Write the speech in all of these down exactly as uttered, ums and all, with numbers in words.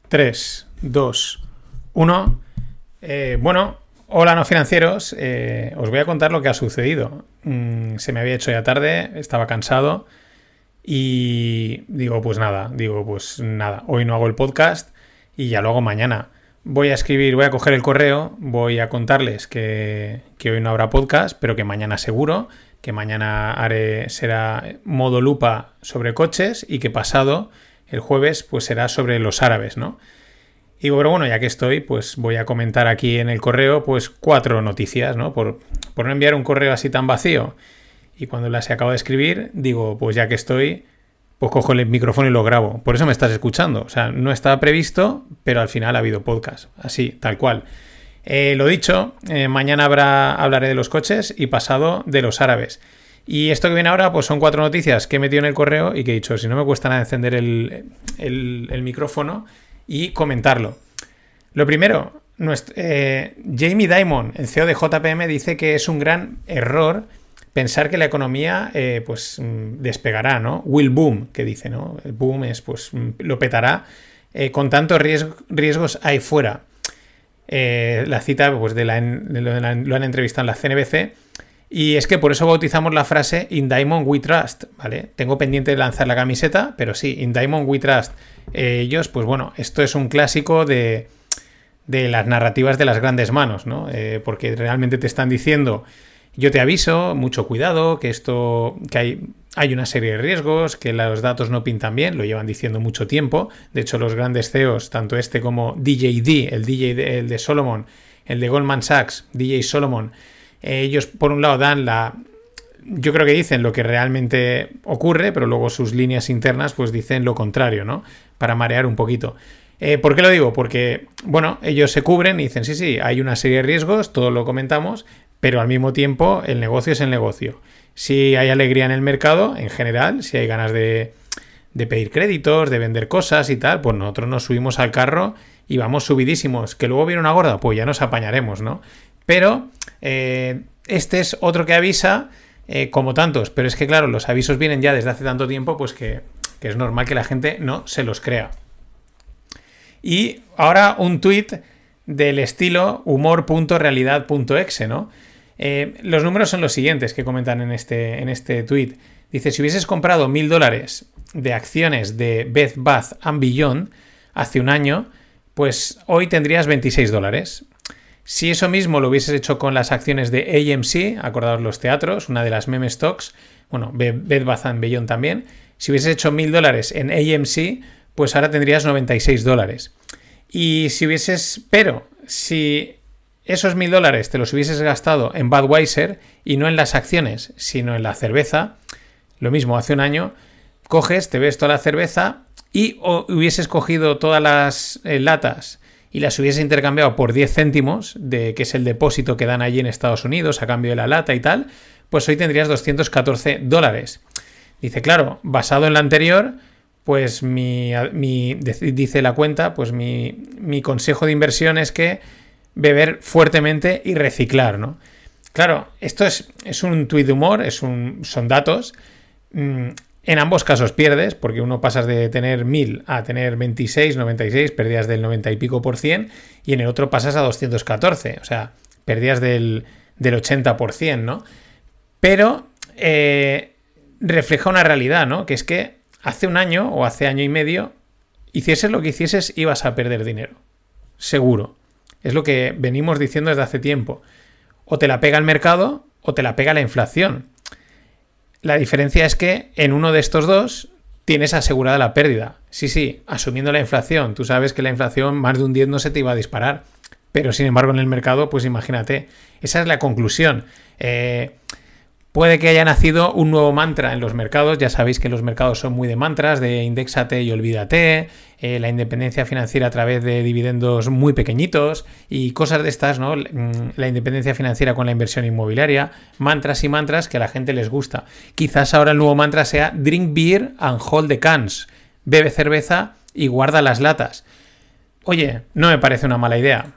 tres, dos, uno. Eh, bueno, hola no financieros. Eh, os voy a contar lo que ha sucedido. Mm, se me había hecho ya tarde, estaba cansado y digo, pues nada, digo, pues nada, hoy no hago el podcast y ya lo hago mañana. Voy a escribir, voy a coger el correo, voy a contarles que, que hoy no habrá podcast, pero que mañana seguro, que mañana haré, será modo lupa sobre coches y que pasado, el jueves, pues será sobre los árabes, ¿no? Y digo, pero bueno, ya que estoy, pues voy a comentar aquí en el correo, pues cuatro noticias, ¿no? Por, por no enviar un correo así tan vacío. Y cuando las he acabado de escribir, digo, pues ya que estoy, pues cojo el micrófono y lo grabo. Por eso me estás escuchando. O sea, no estaba previsto, pero al final ha habido podcast. Así, tal cual. Eh, lo dicho, eh, mañana habrá, hablaré de los coches y pasado de los árabes. Y esto que viene ahora, pues son cuatro noticias que he metido en el correo y que he dicho, si no me cuesta nada encender el, el, el micrófono y comentarlo. Lo primero, nuestro, eh, Jamie Dimon, el C E O de J P M, dice que es un gran error pensar que la economía eh, pues despegará, ¿no? Will boom, que dice, ¿no? El boom es, pues, lo petará eh, con tantos riesgos, riesgos ahí fuera. Eh, la cita, pues, de la, de lo, de la, lo han entrevistado en la C N B C. Y es que por eso bautizamos la frase In Dimon We Trust, ¿vale? Tengo pendiente de lanzar la camiseta, pero sí, In Dimon We Trust. Eh, ellos, pues bueno, esto es un clásico de, de las narrativas de las grandes manos, ¿no? Eh, porque realmente te están diciendo, yo te aviso, mucho cuidado, que esto, que hay, hay una serie de riesgos, que los datos no pintan bien, lo llevan diciendo mucho tiempo. De hecho, los grandes C E Os, tanto este como D J D, el D J de, el de Solomon, el de Goldman Sachs, D J Solomon, Eh, ellos por un lado dan la, yo creo que dicen lo que realmente ocurre, pero luego sus líneas internas pues dicen lo contrario, ¿no? Para marear un poquito. Eh, ¿Por qué lo digo? Porque, bueno, ellos se cubren y dicen, sí, sí, hay una serie de riesgos, todo lo comentamos, pero al mismo tiempo el negocio es el negocio. Si hay alegría en el mercado, en general, si hay ganas de, de pedir créditos, de vender cosas y tal, pues nosotros nos subimos al carro y vamos subidísimos. Que luego viene una gorda, pues ya nos apañaremos, ¿no? Pero eh, este es otro que avisa, eh, como tantos, pero es que claro, los avisos vienen ya desde hace tanto tiempo, pues que, que es normal que la gente no se los crea. Y ahora un tuit del estilo humor punto realidad punto exe, ¿no? Eh, los números son los siguientes que comentan en este, en este tuit. Dice, si hubieses comprado mil dólares de acciones de Bed Bath and Beyond hace un año, pues hoy tendrías veintiséis dólares. Si eso mismo lo hubieses hecho con las acciones de A M C, acordaos los teatros, una de las meme stocks, bueno, Bed Bath and Beyond también, si hubieses hecho mil dólares en A M C, pues ahora tendrías noventa y seis dólares. Y si hubieses, pero si esos mil dólares te los hubieses gastado en Budweiser y no en las acciones, sino en la cerveza, lo mismo hace un año, coges, te ves toda la cerveza y o hubieses cogido todas las eh, latas y las hubiese intercambiado por diez céntimos, de, que es el depósito que dan allí en Estados Unidos a cambio de la lata y tal, pues hoy tendrías doscientos catorce dólares. Dice, claro, basado en la anterior, pues mi, mi dice la cuenta, pues mi, mi consejo de inversión es que beber fuertemente y reciclar, ¿no? Claro, esto es, es un tuit de humor, es un, son datos. Mm, En ambos casos pierdes, porque uno pasas de tener mil a tener veintiséis, noventa y seis, pérdidas del noventa y pico por cien, y en el otro pasas a doscientos catorce, o sea, pérdidas del, del ochenta por ciento, ¿no? Pero eh, refleja una realidad, ¿no? Que es que hace un año o hace año y medio, hicieses lo que hicieses, ibas a perder dinero. Seguro. Es lo que venimos diciendo desde hace tiempo. O te la pega el mercado o te la pega la inflación. La diferencia es que en uno de estos dos tienes asegurada la pérdida. Sí, sí, asumiendo la inflación. Tú sabes que la inflación más de un diez no se te iba a disparar. Pero sin embargo en el mercado, pues imagínate. Esa es la conclusión. Eh, puede que haya nacido un nuevo mantra en los mercados. Ya sabéis que los mercados son muy de mantras, de indéxate y olvídate, eh, la independencia financiera a través de dividendos muy pequeñitos y cosas de estas, ¿no? La independencia financiera con la inversión inmobiliaria, mantras y mantras que a la gente les gusta. Quizás ahora el nuevo mantra sea drink beer and hold the cans. Bebe cerveza y guarda las latas. Oye, no me parece una mala idea.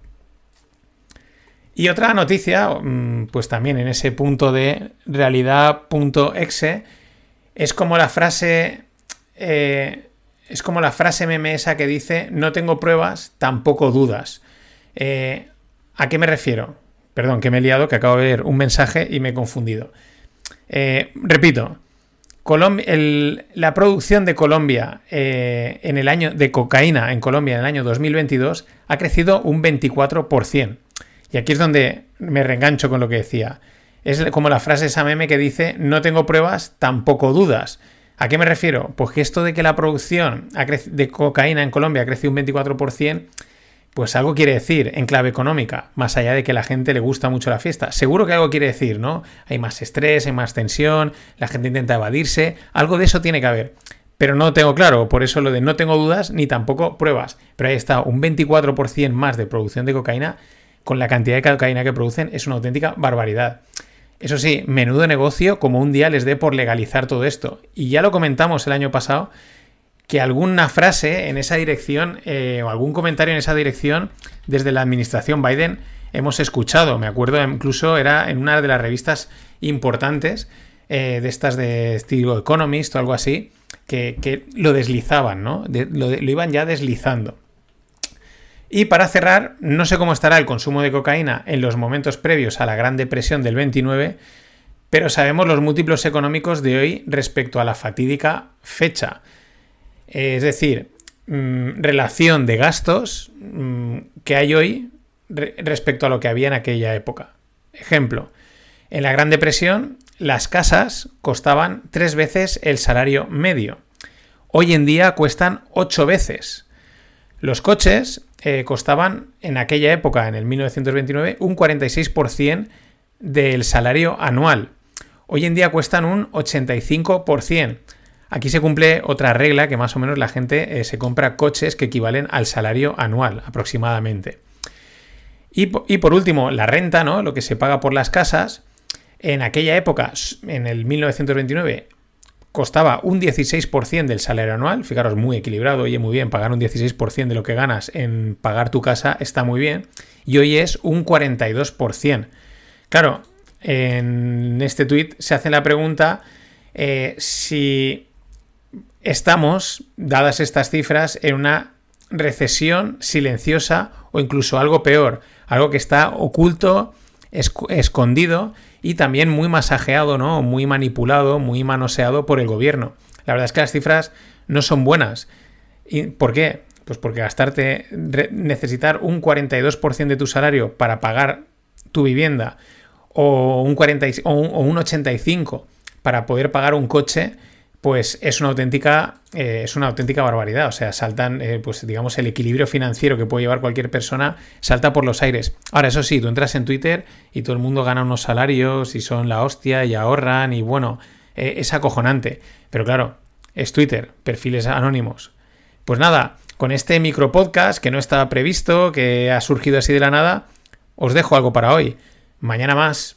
Y otra noticia, pues también en ese punto de realidad punto exe, es como la frase, eh, es como la frase meme esa que dice: no tengo pruebas, tampoco dudas. Eh, ¿A qué me refiero? Perdón, que me he liado, que acabo de ver un mensaje y me he confundido. Eh, repito, Colom- el, la producción de Colombia eh, en el año de cocaína en Colombia en el año dos mil veintidós ha crecido un veinticuatro por ciento. Y aquí es donde me reengancho con lo que decía. Es como la frase esa meme que dice: no tengo pruebas, tampoco dudas. ¿A qué me refiero? Pues que esto de que la producción de cocaína en Colombia ha crecido un veinticuatro por ciento, pues algo quiere decir en clave económica, más allá de que a la gente le gusta mucho la fiesta. Seguro que algo quiere decir, ¿no? Hay más estrés, hay más tensión, la gente intenta evadirse, algo de eso tiene que haber. Pero no lo tengo claro, por eso lo de no tengo dudas ni tampoco pruebas. Pero ahí está, un veinticuatro por ciento más de producción de cocaína, con la cantidad de cocaína que producen, es una auténtica barbaridad. Eso sí, menudo negocio como un día les dé por legalizar todo esto. Y ya lo comentamos el año pasado, que alguna frase en esa dirección eh, o algún comentario en esa dirección desde la administración Biden hemos escuchado. Me acuerdo, incluso era en una de las revistas importantes eh, de estas de estilo Economist o algo así, que, que lo deslizaban, ¿no? De, lo, lo iban ya deslizando. Y para cerrar, no sé cómo estará el consumo de cocaína en los momentos previos a la Gran Depresión del veintinueve, pero sabemos los múltiplos económicos de hoy respecto a la fatídica fecha. Es decir, mmm, relación de gastos mmm, que hay hoy re- respecto a lo que había en aquella época. Ejemplo, en la Gran Depresión las casas costaban tres veces el salario medio. Hoy en día cuestan ocho veces. Los coches eh, costaban en aquella época, en el mil novecientos veintinueve, un cuarenta y seis por ciento del salario anual. Hoy en día cuestan un ochenta y cinco por ciento. Aquí se cumple otra regla, que más o menos la gente eh, se compra coches que equivalen al salario anual aproximadamente. Y, y por último, la renta, ¿no? Lo que se paga por las casas, en aquella época, en el mil novecientos veintinueve, costaba un dieciséis por ciento del salario anual. Fijaros, muy equilibrado, oye, muy bien, pagar un dieciséis por ciento de lo que ganas en pagar tu casa está muy bien. Y hoy es un cuarenta y dos por ciento. Claro, en este tuit se hace la pregunta eh, si estamos, dadas estas cifras, en una recesión silenciosa o incluso algo peor, algo que está oculto, esc- escondido y también muy masajeado, ¿no? Muy manipulado, muy manoseado por el gobierno. La verdad es que las cifras no son buenas. ¿Y por qué? Pues porque gastarte, re- necesitar un cuarenta y dos por ciento de tu salario para pagar tu vivienda o un, cuarenta o un, o un ochenta y cinco por ciento para poder pagar un coche, pues es una auténtica, eh, es una auténtica barbaridad. O sea, saltan, eh, pues digamos, el equilibrio financiero que puede llevar cualquier persona salta por los aires. Ahora, eso sí, tú entras en Twitter y todo el mundo gana unos salarios y son la hostia y ahorran y bueno, eh, es acojonante. Pero claro, es Twitter, perfiles anónimos. Pues nada, con este micro podcast que no estaba previsto, que ha surgido así de la nada, os dejo algo para hoy. Mañana más.